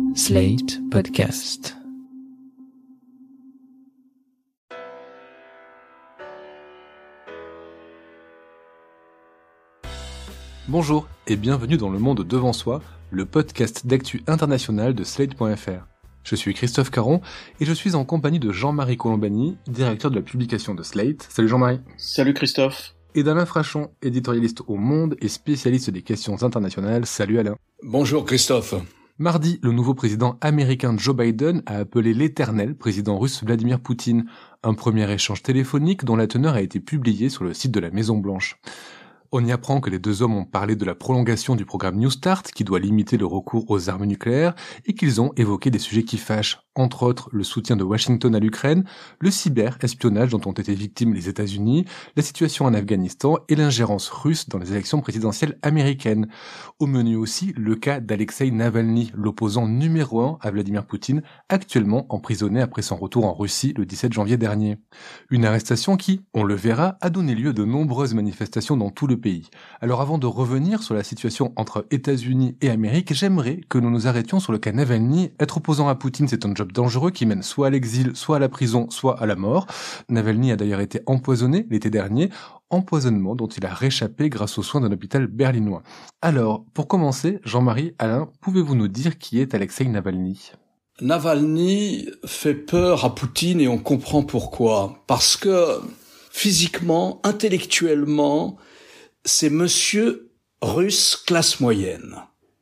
Slate Podcast. Bonjour et bienvenue dans Le Monde Devant Soi, le podcast d'actu international de Slate.fr. Je suis Christophe Caron et je suis en compagnie de Jean-Marie Colombani, directeur de la publication de Slate. Salut Jean-Marie. Salut Christophe. Et d'Alain Frachon, éditorialiste au Monde et spécialiste des questions internationales. Salut Alain. Bonjour Christophe. Mardi, le nouveau président américain Joe Biden a appelé l'éternel président russe Vladimir Poutine. Un premier échange téléphonique dont la teneur a été publiée sur le site de la Maison-Blanche. On y apprend que les deux hommes ont parlé de la prolongation du programme New Start, qui doit limiter le recours aux armes nucléaires, et qu'ils ont évoqué des sujets qui fâchent, entre autres le soutien de Washington à l'Ukraine, le cyber-espionnage dont ont été victimes les États-Unis, la situation en Afghanistan et l'ingérence russe dans les élections présidentielles américaines. Au menu aussi, le cas d'Alexeï Navalny, l'opposant numéro 1 à Vladimir Poutine, actuellement emprisonné après son retour en Russie le 17 janvier dernier. Une arrestation qui, on le verra, a donné lieu à de nombreuses manifestations dans tout le pays. Alors avant de revenir sur la situation entre États-Unis et Amérique, j'aimerais que nous nous arrêtions sur le cas Navalny. Être opposant à Poutine, c'est un job dangereux qui mène soit à l'exil, soit à la prison, soit à la mort. Navalny a d'ailleurs été empoisonné l'été dernier, empoisonnement dont il a réchappé grâce aux soins d'un hôpital berlinois. Alors, pour commencer, Jean-Marie, Alain, pouvez-vous nous dire qui est Alexeï Navalny ? Navalny fait peur à Poutine et on comprend pourquoi. Parce que physiquement, intellectuellement, c'est monsieur russe classe moyenne.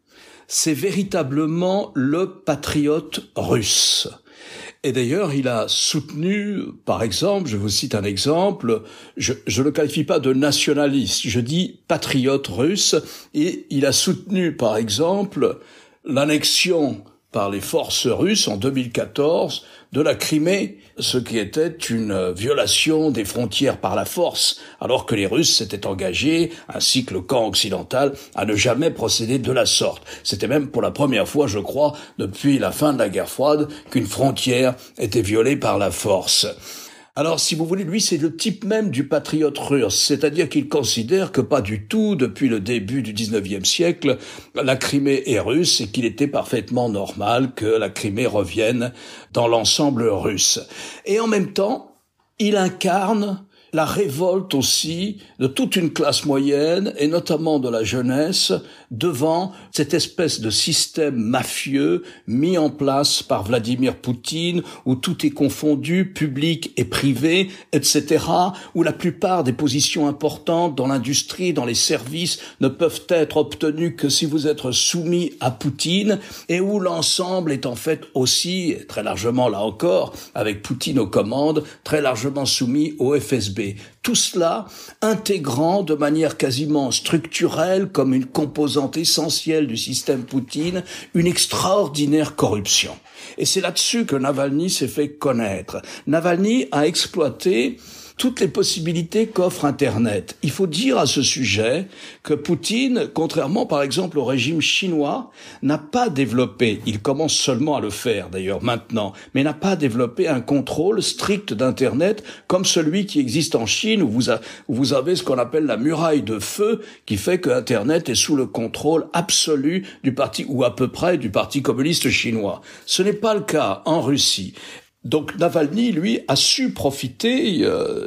C'est véritablement le patriote russe. Et d'ailleurs, il a soutenu, par exemple, je vous cite un exemple, je ne le qualifie pas de nationaliste, je dis patriote russe, et il a soutenu, par exemple, l'annexion par les forces russes en 2014 de la Crimée, ce qui était une violation des frontières par la force, alors que les Russes s'étaient engagés, ainsi que le camp occidental, à ne jamais procéder de la sorte. C'était même pour la première fois, je crois, depuis la fin de la guerre froide, qu'une frontière était violée par la force. Alors, si vous voulez, lui, c'est le type même du patriote russe, c'est-à-dire qu'il considère que pas du tout, depuis le début du 19e siècle, la Crimée est russe et qu'il était parfaitement normal que la Crimée revienne dans l'ensemble russe. Et en même temps, il incarne la révolte aussi de toute une classe moyenne, et notamment de la jeunesse, devant cette espèce de système mafieux mis en place par Vladimir Poutine, où tout est confondu, public et privé, etc., où la plupart des positions importantes dans l'industrie, dans les services, ne peuvent être obtenues que si vous êtes soumis à Poutine, et où l'ensemble est en fait aussi, très largement là encore, avec Poutine aux commandes, très largement soumis au FSB. Tout cela intégrant de manière quasiment structurelle, comme une composante essentielle du système Poutine, une extraordinaire corruption. Et c'est là-dessus que Navalny s'est fait connaître. Navalny a exploité toutes les possibilités qu'offre Internet. Il faut dire à ce sujet que Poutine, contrairement par exemple au régime chinois, n'a pas développé, il commence seulement à le faire d'ailleurs maintenant, mais n'a pas développé un contrôle strict d'Internet comme celui qui existe en Chine où vous avez ce qu'on appelle la muraille de feu qui fait que Internet est sous le contrôle absolu du parti, ou à peu près du parti communiste chinois. Ce n'est pas le cas en Russie. Donc Navalny, lui, a su profiter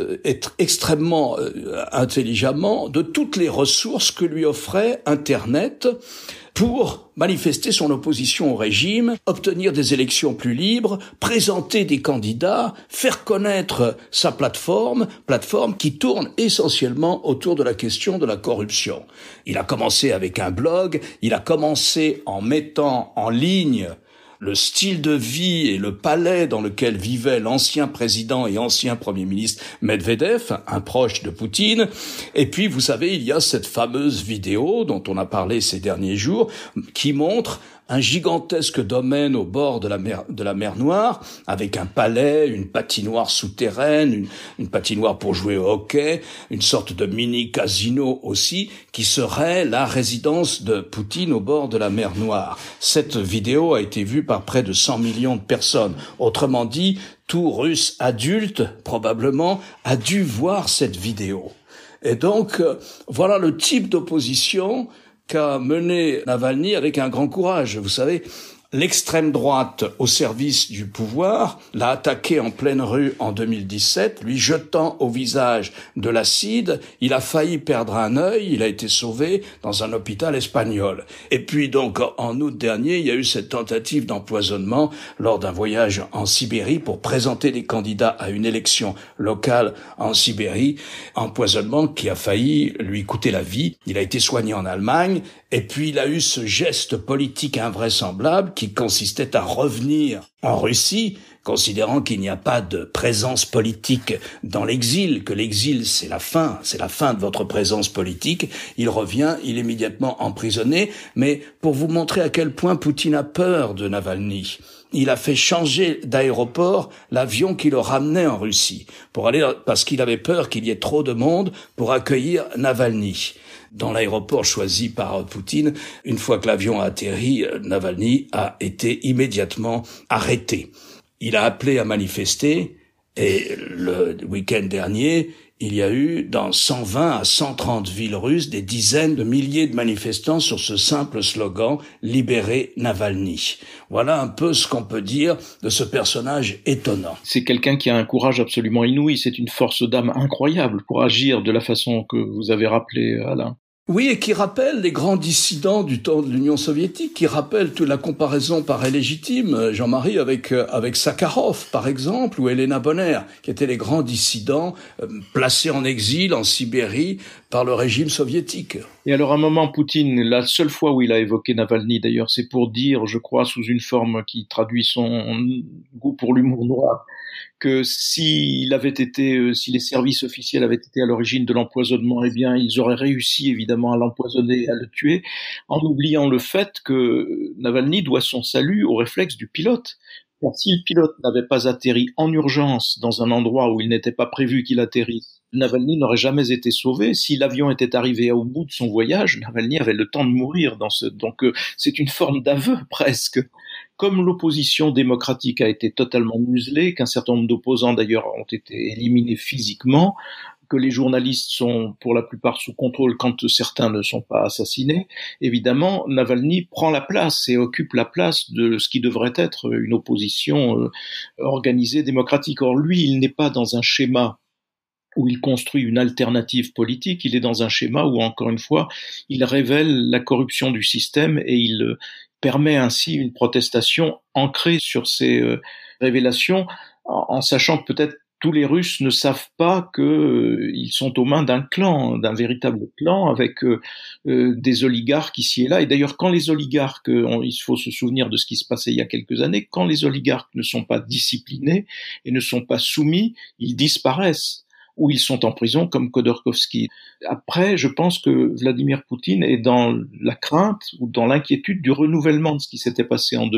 extrêmement intelligemment de toutes les ressources que lui offrait Internet pour manifester son opposition au régime, obtenir des élections plus libres, présenter des candidats, faire connaître sa plateforme qui tourne essentiellement autour de la question de la corruption. Il a commencé avec un blog, il a commencé en mettant en ligne le style de vie et le palais dans lequel vivait l'ancien président et ancien premier ministre Medvedev, un proche de Poutine. Et puis, vous savez, il y a cette fameuse vidéo dont on a parlé ces derniers jours qui montre un gigantesque domaine au bord de la mer Noire, avec un palais, une patinoire souterraine, une patinoire pour jouer au hockey, une sorte de mini-casino aussi, qui serait la résidence de Poutine au bord de la mer Noire. Cette vidéo a été vue par près de 100 millions de personnes. Autrement dit, tout Russe adulte, probablement, a dû voir cette vidéo. Et donc, voilà le type d'opposition qu'a mené Navalny avec un grand courage. Vous savez, l'extrême droite au service du pouvoir l'a attaqué en pleine rue en 2017, lui jetant au visage de l'acide. Il a failli perdre un œil, il a été sauvé dans un hôpital espagnol. Et puis donc en août dernier, il y a eu cette tentative d'empoisonnement lors d'un voyage en Sibérie pour présenter des candidats à une élection locale en Sibérie. Empoisonnement qui a failli lui coûter la vie. Il a été soigné en Allemagne. Et puis il a eu ce geste politique invraisemblable qui consistait à revenir en Russie, considérant qu'il n'y a pas de présence politique dans l'exil, que l'exil c'est la fin de votre présence politique. Il revient, il est immédiatement emprisonné, mais pour vous montrer à quel point Poutine a peur de Navalny, il a fait changer d'aéroport l'avion qui le ramenait en Russie, parce qu'il avait peur qu'il y ait trop de monde pour accueillir Navalny. Dans l'aéroport choisi par Poutine, une fois que l'avion a atterri, Navalny a été immédiatement arrêté. Il a appelé à manifester et le week-end dernier, il y a eu dans 120 à 130 villes russes des dizaines de milliers de manifestants sur ce simple slogan « Libérez Navalny ». Voilà un peu ce qu'on peut dire de ce personnage étonnant. C'est quelqu'un qui a un courage absolument inouï, c'est une force d'âme incroyable pour agir de la façon que vous avez rappelé, Alain. Oui, et qui rappelle les grands dissidents du temps de l'Union soviétique, qui rappelle toute la comparaison paraît légitime, Jean-Marie, avec Sakharov, par exemple, ou Elena Bonner, qui étaient les grands dissidents placés en exil en Sibérie par le régime soviétique. Et alors, à un moment, Poutine, la seule fois où il a évoqué Navalny, d'ailleurs, c'est pour dire, je crois, sous une forme qui traduit son goût pour l'humour noir, que si les services officiels avaient été à l'origine de l'empoisonnement, eh bien, ils auraient réussi, évidemment, à l'empoisonner et à le tuer, en oubliant le fait que Navalny doit son salut au réflexe du pilote. Car si le pilote n'avait pas atterri en urgence dans un endroit où il n'était pas prévu qu'il atterrisse, Navalny n'aurait jamais été sauvé. Si l'avion était arrivé au bout de son voyage, Navalny avait le temps de mourir donc c'est une forme d'aveu presque. Comme l'opposition démocratique a été totalement muselée, qu'un certain nombre d'opposants d'ailleurs ont été éliminés physiquement, que les journalistes sont pour la plupart sous contrôle quand certains ne sont pas assassinés, évidemment, Navalny prend la place et occupe la place de ce qui devrait être une opposition organisée démocratique. Or, lui, il n'est pas dans un schéma où il construit une alternative politique, il est dans un schéma où, encore une fois, il révèle la corruption du système et il permet ainsi une protestation ancrée sur ces révélations, en sachant que peut-être tous les Russes ne savent pas qu'ils sont aux mains d'un clan, d'un véritable clan, avec des oligarques ici et là. Et d'ailleurs, quand les oligarques, il faut se souvenir de ce qui se passait il y a quelques années, quand les oligarques ne sont pas disciplinés et ne sont pas soumis, ils disparaissent, ou ils sont en prison comme Khodorkovsky. Après, je pense que Vladimir Poutine est dans la crainte ou dans l'inquiétude du renouvellement de ce qui s'était passé en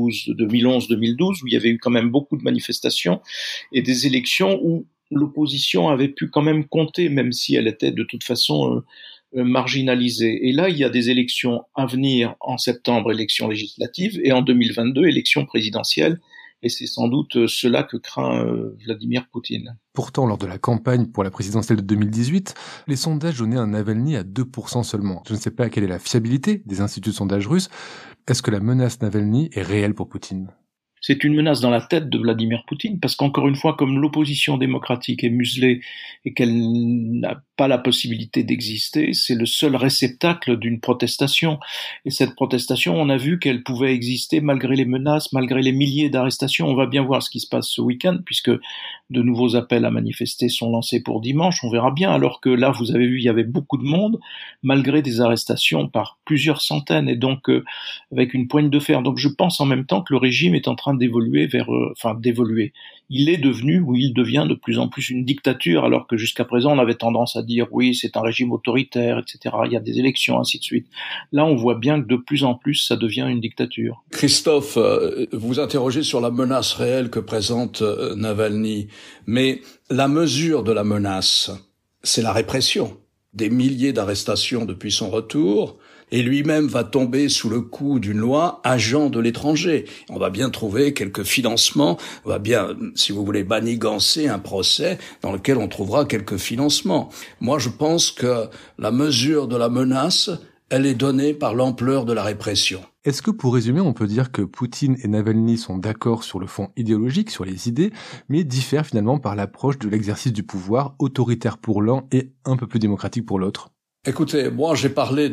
2011-2012, où il y avait eu quand même beaucoup de manifestations et des élections où l'opposition avait pu quand même compter, même si elle était de toute façon marginalisée. Et là, il y a des élections à venir en septembre, élections législatives, et en 2022, élections présidentielles. Et c'est sans doute cela que craint Vladimir Poutine. Pourtant, lors de la campagne pour la présidentielle de 2018, les sondages donnaient un Navalny à 2% seulement. Je ne sais pas quelle est la fiabilité des instituts de sondage russes. Est-ce que la menace Navalny est réelle pour Poutine ? C'est une menace dans la tête de Vladimir Poutine, parce qu'encore une fois, comme l'opposition démocratique est muselée et qu'elle n'a pas la possibilité d'exister, c'est le seul réceptacle d'une protestation. Et cette protestation, on a vu qu'elle pouvait exister malgré les menaces, malgré les milliers d'arrestations. On va bien voir ce qui se passe ce week-end, puisque de nouveaux appels à manifester sont lancés pour dimanche. On verra bien, alors que là, vous avez vu, il y avait beaucoup de monde, malgré des arrestations par plusieurs centaines, et donc avec une poigne de fer. Donc je pense en même temps que le régime est en train d'évoluer d'évoluer. Il est devenu, ou il devient de plus en plus une dictature, alors que jusqu'à présent, on avait tendance à dire, oui, c'est un régime autoritaire, etc. Il y a des élections, ainsi de suite. Là, on voit bien que de plus en plus, ça devient une dictature. Christophe, vous interrogez sur la menace réelle que présente Navalny. Mais la mesure de la menace, c'est la répression. Des milliers d'arrestations depuis son retour, et lui-même va tomber sous le coup d'une loi agent de l'étranger. On va bien trouver quelques financements, on va bien, si vous voulez, manigancer un procès dans lequel on trouvera quelques financements. Moi, je pense que la mesure de la menace, elle est donnée par l'ampleur de la répression. Est-ce que pour résumer, on peut dire que Poutine et Navalny sont d'accord sur le fond idéologique, sur les idées, mais diffèrent finalement par l'approche de l'exercice du pouvoir, autoritaire pour l'un et un peu plus démocratique pour l'autre? Écoutez, moi j'ai parlé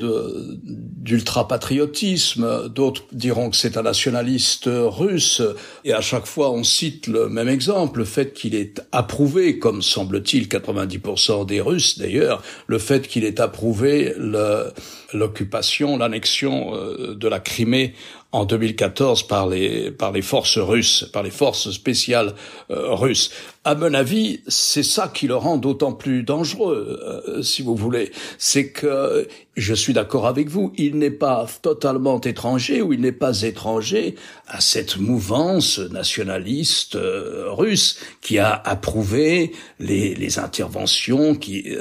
d'ultra-patriotisme, d'autres diront que c'est un nationaliste russe, et à chaque fois on cite le même exemple, le fait qu'il ait approuvé, comme semble-t-il 90% des Russes d'ailleurs, le fait qu'il ait approuvé l'occupation, l'annexion de la Crimée en 2014 par les forces russes, par les forces spéciales russes. À mon avis, c'est ça qui le rend d'autant plus dangereux, si vous voulez. C'est que, je suis d'accord avec vous, il n'est pas totalement étranger ou il n'est pas étranger à cette mouvance nationaliste russe qui a approuvé les interventions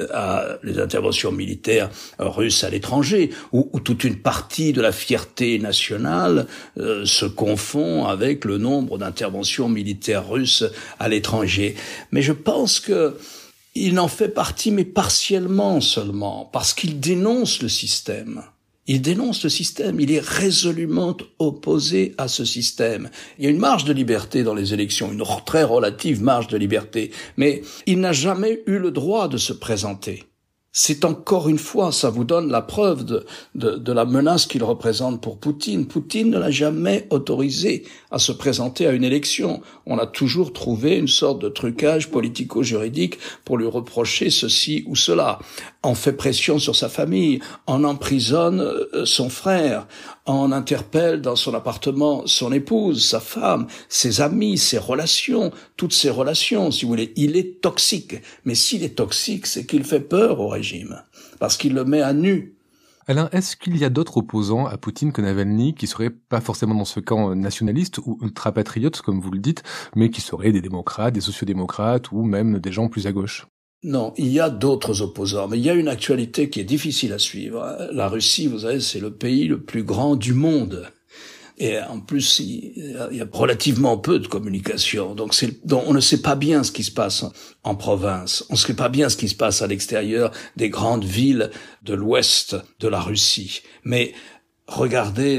les interventions militaires russes à l'étranger, où toute une partie de la fierté nationale se confond avec le nombre d'interventions militaires russes à l'étranger. Mais je pense que il en fait partie, mais partiellement seulement, parce qu'il dénonce le système. Il dénonce le système, il est résolument opposé à ce système. Il y a une marge de liberté dans les élections, une très relative marge de liberté, mais il n'a jamais eu le droit de se présenter. C'est encore une fois, ça vous donne la preuve de la menace qu'il représente pour Poutine. Poutine ne l'a jamais autorisé à se présenter à une élection. On a toujours trouvé une sorte de trucage politico-juridique pour lui reprocher ceci ou cela. On fait pression sur sa famille, on emprisonne son frère, on interpelle dans son appartement son épouse, sa femme, ses amis, ses relations, toutes ses relations, si vous voulez. Il est toxique. Mais s'il est toxique, c'est qu'il fait peur au régime, parce qu'il le met à nu. Alain, est-ce qu'il y a d'autres opposants à Poutine que Navalny qui seraient pas forcément dans ce camp nationaliste ou ultra-patriote, comme vous le dites, mais qui seraient des démocrates, des sociodémocrates ou même des gens plus à gauche? Non, il y a d'autres opposants, mais il y a une actualité qui est difficile à suivre. La Russie, vous savez, c'est le pays le plus grand du monde. Et en plus, il y a relativement peu de communication. Donc on ne sait pas bien ce qui se passe en province. On ne sait pas bien ce qui se passe à l'extérieur des grandes villes de l'ouest de la Russie. Mais regardez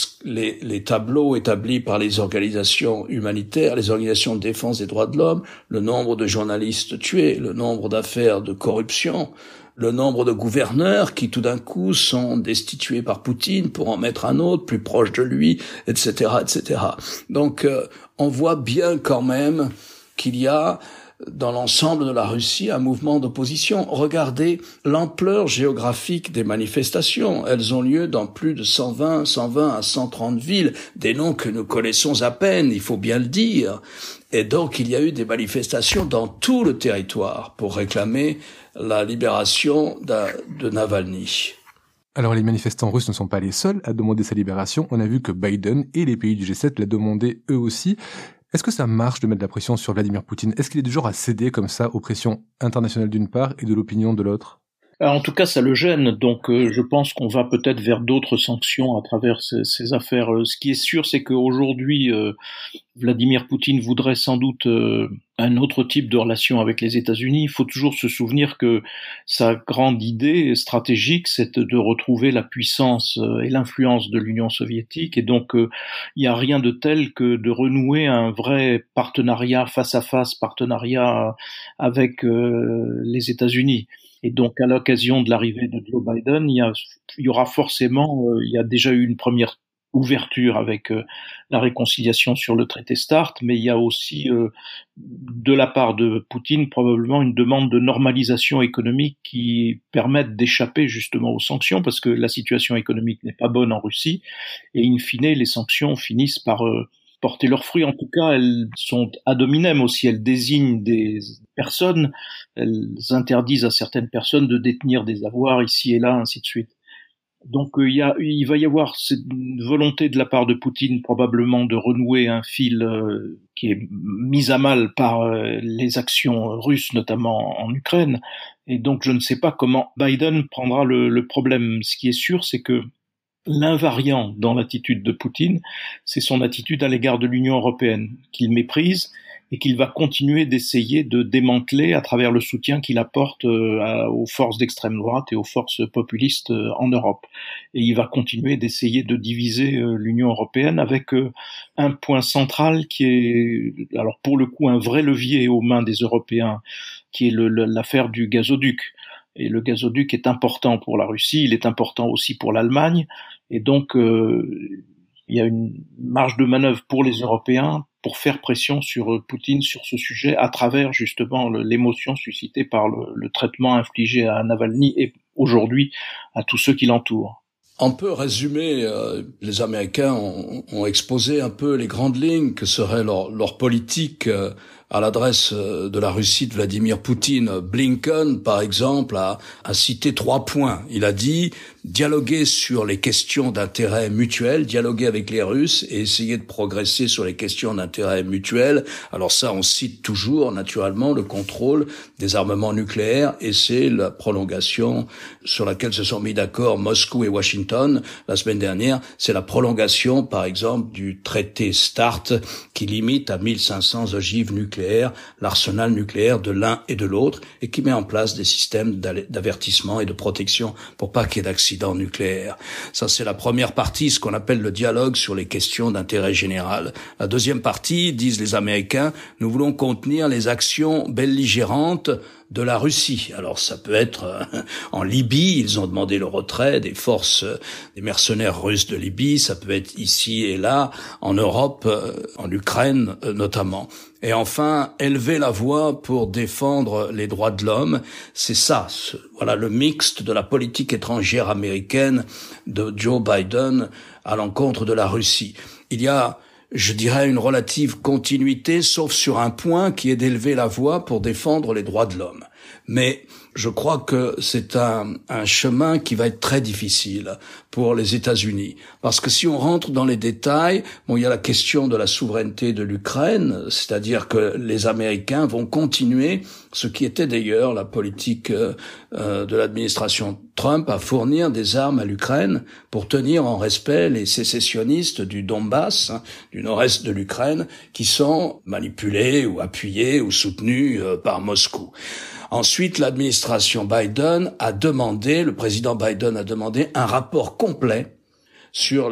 les tableaux établis par les organisations humanitaires, les organisations de défense des droits de l'homme, le nombre de journalistes tués, le nombre d'affaires de corruption, le nombre de gouverneurs qui tout d'un coup sont destitués par Poutine pour en mettre un autre plus proche de lui, etc., etc. Donc on voit bien quand même qu'il y a dans l'ensemble de la Russie un mouvement d'opposition. Regardez l'ampleur géographique des manifestations. Elles ont lieu dans plus de 120 à 130 villes, des noms que nous connaissons à peine, il faut bien le dire. Et donc il y a eu des manifestations dans tout le territoire pour réclamer la libération de Navalny. Alors les manifestants russes ne sont pas les seuls à demander sa libération. On a vu que Biden et les pays du G7 l'a demandé eux aussi. Est-ce que ça marche de mettre de la pression sur Vladimir Poutine? Est-ce qu'il est du genre à céder comme ça aux pressions internationales d'une part et de l'opinion de l'autre? En tout cas, ça le gêne, donc je pense qu'on va peut-être vers d'autres sanctions à travers ces affaires. Ce qui est sûr, c'est qu'aujourd'hui, Vladimir Poutine voudrait sans doute un autre type de relation avec les États-Unis. Il faut toujours se souvenir que sa grande idée stratégique, c'est de retrouver la puissance et l'influence de l'Union soviétique, et donc il n'y a rien de tel que de renouer un vrai partenariat face-à-face, partenariat avec les États-Unis. Et donc, à l'occasion de l'arrivée de Joe Biden, il y aura forcément, il y a déjà eu une première ouverture avec la réconciliation sur le traité START, mais il y a aussi, de la part de Poutine, probablement une demande de normalisation économique qui permette d'échapper justement aux sanctions, parce que la situation économique n'est pas bonne en Russie, et in fine, les sanctions finissent par porter leurs fruits. En tout cas, elles sont ad hominem aussi, elles désignent des personnes, elles interdisent à certaines personnes de détenir des avoirs ici et là, ainsi de suite. Donc il va y avoir cette volonté de la part de Poutine probablement de renouer un fil qui est mis à mal par les actions russes, notamment en Ukraine. Et donc je ne sais pas comment Biden prendra le problème. Ce qui est sûr, c'est que l'invariant dans l'attitude de Poutine, c'est son attitude à l'égard de l'Union européenne, qu'il méprise et qu'il va continuer d'essayer de démanteler à travers le soutien qu'il apporte aux forces d'extrême droite et aux forces populistes en Europe. Et il va continuer d'essayer de diviser l'Union européenne avec un point central qui est, alors pour le coup, un vrai levier aux mains des Européens, qui est l'affaire du gazoduc. Et le gazoduc est important pour la Russie, il est important aussi pour l'Allemagne, et donc il y a une marge de manœuvre pour les Européens pour faire pression sur Poutine sur ce sujet à travers justement l'émotion suscitée par le traitement infligé à Navalny et aujourd'hui à tous ceux qui l'entourent. On peut résumer, les Américains ont exposé un peu les grandes lignes que serait leur politique à l'adresse de la Russie de Vladimir Poutine. Blinken, par exemple, a cité 3 points. Il a dit dialoguer sur les questions d'intérêt mutuel, dialoguer avec les Russes et essayer de progresser sur les questions d'intérêt mutuel. Alors ça, on cite toujours, naturellement, le contrôle des armements nucléaires et c'est la prolongation sur laquelle se sont mis d'accord Moscou et Washington la semaine dernière. C'est la prolongation, par exemple, du traité START qui limite à 1500 ogives nucléaires l'arsenal nucléaire de l'un et de l'autre et qui met en place des systèmes d'avertissement et de protection pour pas qu'il y ait d'accidents nucléaires. Ça, c'est la première partie, ce qu'on appelle le dialogue sur les questions d'intérêt général. La deuxième partie, disent les Américains, nous voulons contenir les actions belligérantes de la Russie. Alors ça peut être en Libye, ils ont demandé le retrait des forces, des mercenaires russes de Libye, ça peut être ici et là, en Europe, en Ukraine notamment. Et enfin, élever la voix pour défendre les droits de l'homme, c'est ça, voilà le mixte de la politique étrangère américaine de Joe Biden à l'encontre de la Russie. Il y a, je dirais, une relative continuité, sauf sur un point qui est d'élever la voix pour défendre les droits de l'homme. Mais je crois que c'est un chemin qui va être très difficile pour les États-Unis. Parce que si on rentre dans les détails, il y a la question de la souveraineté de l'Ukraine, c'est-à-dire que les Américains vont continuer, ce qui était d'ailleurs la politique de l'administration Trump, à fournir des armes à l'Ukraine pour tenir en respect les sécessionnistes du Donbass, du nord-est de l'Ukraine, qui sont manipulés ou appuyés ou soutenus par Moscou. Ensuite, l'administration Biden a demandé, le président Biden a demandé un rapport complet sur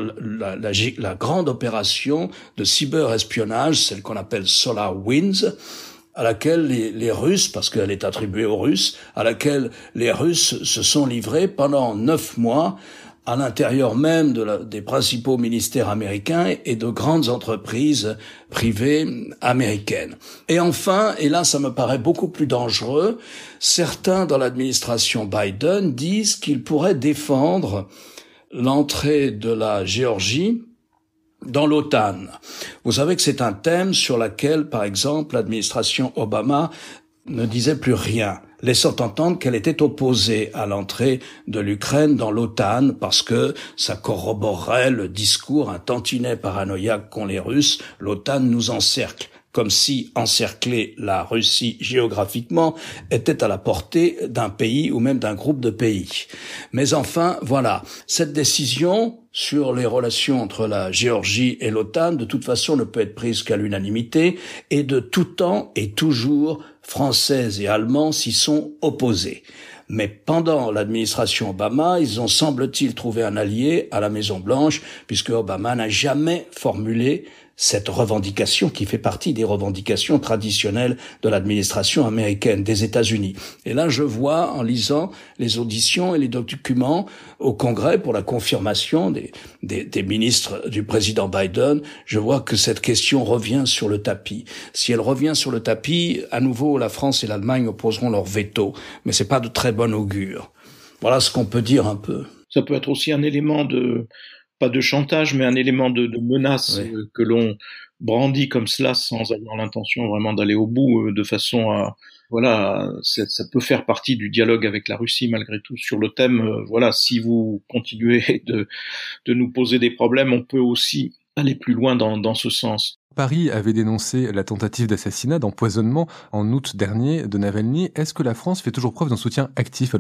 la grande opération de cyberespionnage, celle qu'on appelle SolarWinds, à laquelle les Russes, parce qu'elle est attribuée aux Russes, à laquelle les Russes se sont livrés pendant 9 mois à l'intérieur même des principaux ministères américains et de grandes entreprises privées américaines. Et enfin, et là ça me paraît beaucoup plus dangereux, certains dans l'administration Biden disent qu'ils pourraient défendre l'entrée de la Géorgie dans l'OTAN. Vous savez que c'est un thème sur lequel, par exemple, l'administration Obama ne disait plus rien, laissant entendre qu'elle était opposée à l'entrée de l'Ukraine dans l'OTAN parce que ça corroborerait le discours un tantinet paranoïaque qu'ont les Russes, l'OTAN nous encercle, comme si encercler la Russie géographiquement était à la portée d'un pays ou même d'un groupe de pays. Mais enfin, voilà, cette décision sur les relations entre la Géorgie et l'OTAN, de toute façon, ne peut être prise qu'à l'unanimité, et de tout temps et toujours, Français et Allemands s'y sont opposés. Mais pendant l'administration Obama, ils ont, semble-t-il, trouvé un allié à la Maison-Blanche, puisque Obama n'a jamais formulé cette revendication qui fait partie des revendications traditionnelles de l'administration américaine des États-Unis. Et là, je vois, en lisant les auditions et les documents au Congrès pour la confirmation des ministres du président Biden, je vois que cette question revient sur le tapis. Si elle revient sur le tapis, à nouveau, la France et l'Allemagne opposeront leur veto. Mais c'est pas de très bon augure. Voilà ce qu'on peut dire un peu. Ça peut être aussi un élément pas de chantage, mais un élément de menace, oui, que l'on brandit comme cela sans avoir l'intention vraiment d'aller au bout, de façon à, voilà, ça peut faire partie du dialogue avec la Russie malgré tout sur le thème, voilà, si vous continuez de nous poser des problèmes, on peut aussi aller plus loin dans ce sens. Paris avait dénoncé la tentative d'assassinat, d'empoisonnement en août dernier de Navalny. Est-ce que la France fait toujours preuve d'un soutien actif à l'opposant ?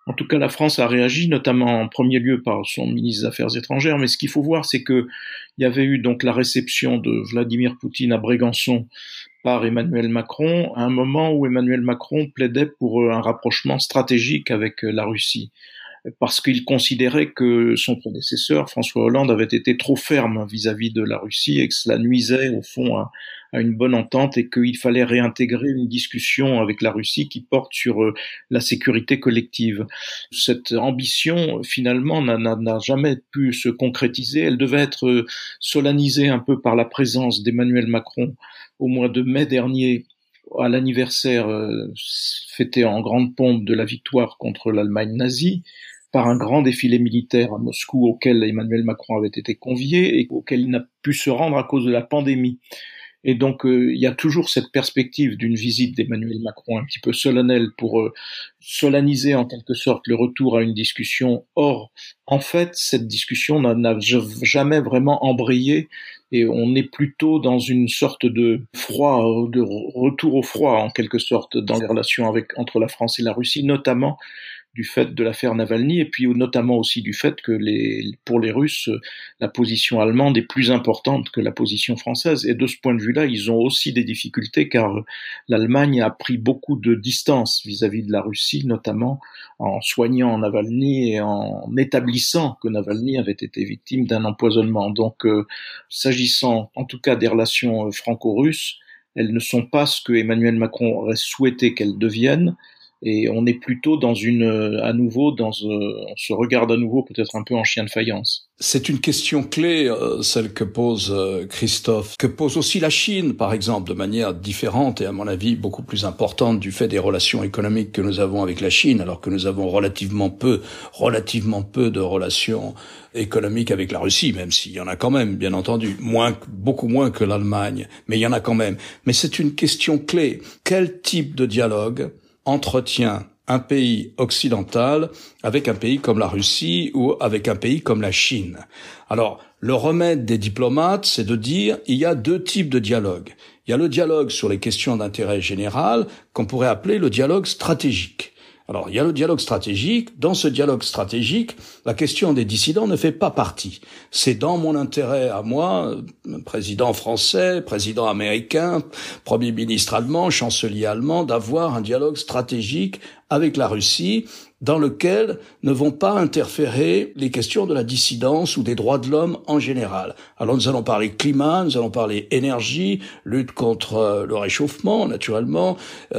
En tout cas, la France a réagi, notamment en premier lieu par son ministre des Affaires étrangères. Mais ce qu'il faut voir, c'est que il y avait eu donc la réception de Vladimir Poutine à Brégançon par Emmanuel Macron, à un moment où Emmanuel Macron plaidait pour un rapprochement stratégique avec la Russie, parce qu'il considérait que son prédécesseur, François Hollande, avait été trop ferme vis-à-vis de la Russie et que cela nuisait au fond à une bonne entente et qu'il fallait réintégrer une discussion avec la Russie qui porte sur la sécurité collective. Cette ambition, finalement, n'a jamais pu se concrétiser. Elle devait être solennisée un peu par la présence d'Emmanuel Macron au mois de mai dernier à l'anniversaire fêté en grande pompe de la victoire contre l'Allemagne nazie, par un grand défilé militaire à Moscou auquel Emmanuel Macron avait été convié et auquel il n'a pu se rendre à cause de la pandémie. Et donc il y a toujours cette perspective d'une visite d'Emmanuel Macron un petit peu solennelle pour solenniser en quelque sorte le retour à une discussion. Or, en fait, cette discussion n'a jamais vraiment embrayé et on est plutôt dans une sorte de froid, de retour au froid en quelque sorte dans les relations entre la France et la Russie, notamment du fait de l'affaire Navalny et puis notamment aussi du fait que pour les Russes, la position allemande est plus importante que la position française. Et de ce point de vue-là, ils ont aussi des difficultés car l'Allemagne a pris beaucoup de distance vis-à-vis de la Russie, notamment en soignant Navalny et en établissant que Navalny avait été victime d'un empoisonnement. Donc, s'agissant en tout cas des relations franco-russes, elles ne sont pas ce que Emmanuel Macron aurait souhaité qu'elles deviennent. Et on est plutôt on se regarde à nouveau peut-être un peu en chien de faïence. C'est une question clé, celle que pose Christophe, que pose aussi la Chine, par exemple, de manière différente et à mon avis beaucoup plus importante du fait des relations économiques que nous avons avec la Chine, alors que nous avons relativement peu de relations économiques avec la Russie, même s'il y en a quand même, bien entendu, beaucoup moins que l'Allemagne, mais il y en a quand même. Mais c'est une question clé. Quel type de dialogue entretient un pays occidental avec un pays comme la Russie ou avec un pays comme la Chine? Alors, le remède des diplomates, c'est de dire il y a deux types de dialogue. Il y a le dialogue sur les questions d'intérêt général qu'on pourrait appeler le dialogue stratégique. Alors, il y a le dialogue stratégique. Dans ce dialogue stratégique, la question des dissidents ne fait pas partie. C'est dans mon intérêt à moi, président français, président américain, premier ministre allemand, chancelier allemand, d'avoir un dialogue stratégique avec la Russie dans lequel ne vont pas interférer les questions de la dissidence ou des droits de l'homme en général. Alors nous allons parler climat, nous allons parler énergie, lutte contre le réchauffement naturellement,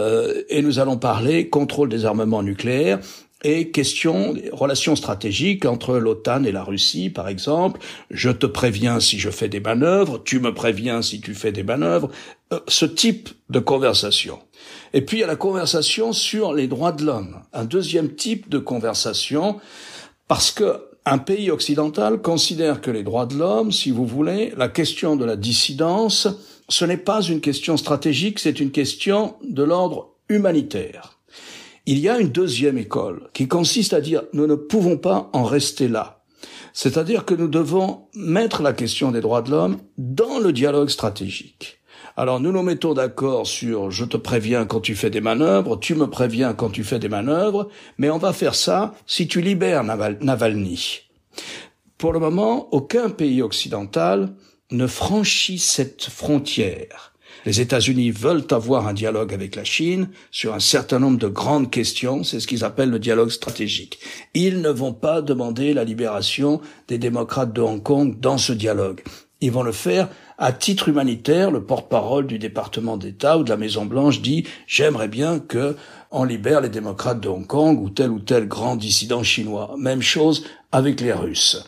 et nous allons parler contrôle des armements nucléaires et relations stratégiques entre l'OTAN et la Russie, par exemple. Je te préviens si je fais des manœuvres, tu me préviens si tu fais des manœuvres. Ce type de conversation. Et puis il y a la conversation sur les droits de l'homme, un deuxième type de conversation, parce que un pays occidental considère que les droits de l'homme, si vous voulez, la question de la dissidence, ce n'est pas une question stratégique, c'est une question de l'ordre humanitaire. Il y a une deuxième école qui consiste à dire nous ne pouvons pas en rester là. C'est-à-dire que nous devons mettre la question des droits de l'homme dans le dialogue stratégique. Alors nous nous mettons d'accord sur je te préviens quand tu fais des manœuvres, tu me préviens quand tu fais des manœuvres, mais on va faire ça si tu libères Navalny. Pour le moment, aucun pays occidental ne franchit cette frontière. Les États-Unis veulent avoir un dialogue avec la Chine sur un certain nombre de grandes questions, c'est ce qu'ils appellent le dialogue stratégique. Ils ne vont pas demander la libération des démocrates de Hong Kong dans ce dialogue. Ils vont le faire à titre humanitaire. Le porte-parole du département d'État ou de la Maison-Blanche dit « J'aimerais bien que on libère les démocrates de Hong Kong ou tel grand dissident chinois. » Même chose avec les Russes.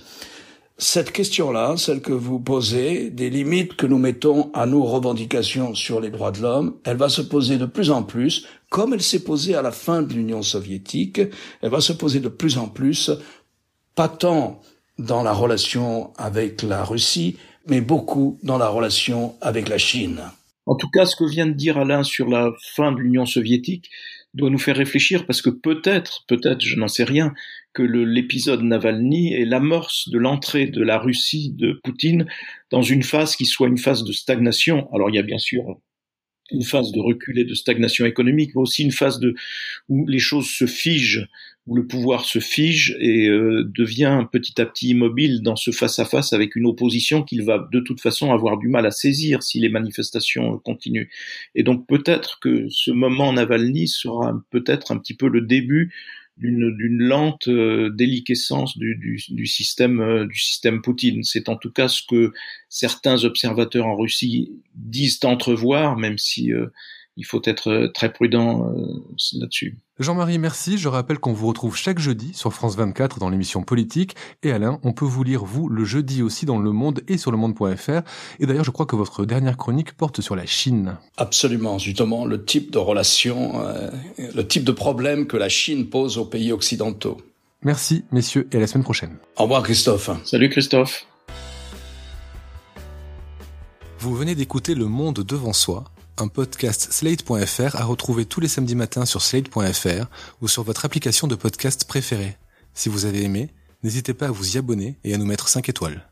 Cette question-là, celle que vous posez, des limites que nous mettons à nos revendications sur les droits de l'homme, elle va se poser de plus en plus, comme elle s'est posée à la fin de l'Union soviétique, elle va se poser de plus en plus, pas tant dans la relation avec la Russie, mais beaucoup dans la relation avec la Chine. En tout cas, ce que vient de dire Alain sur la fin de l'Union soviétique doit nous faire réfléchir parce que peut-être, je n'en sais rien, que l'épisode Navalny est l'amorce de l'entrée de la Russie de Poutine dans une phase qui soit une phase de stagnation. Alors il y a bien sûr une phase de recul et de stagnation économique, mais aussi une phase où les choses se figent, où le pouvoir se fige et devient petit à petit immobile dans ce face-à-face avec une opposition qu'il va de toute façon avoir du mal à saisir si les manifestations continuent. Et donc peut-être que ce moment Navalny sera peut-être un petit peu le début d'une lente déliquescence du système Poutine. C'est en tout cas ce que certains observateurs en Russie disent entrevoir, même si il faut être très prudent là-dessus. Jean-Marie, merci. Je rappelle qu'on vous retrouve chaque jeudi sur France 24 dans l'émission Politique. Et Alain, on peut vous lire, vous, le jeudi aussi dans Le Monde et sur lemonde.fr. Et d'ailleurs, je crois que votre dernière chronique porte sur la Chine. Absolument, justement, le type de relation, le type de problème que la Chine pose aux pays occidentaux. Merci, messieurs, et à la semaine prochaine. Au revoir, Christophe. Salut, Christophe. Vous venez d'écouter Le Monde devant soi, un podcast Slate.fr à retrouver tous les samedis matins sur Slate.fr ou sur votre application de podcast préférée. Si vous avez aimé, n'hésitez pas à vous y abonner et à nous mettre 5 étoiles.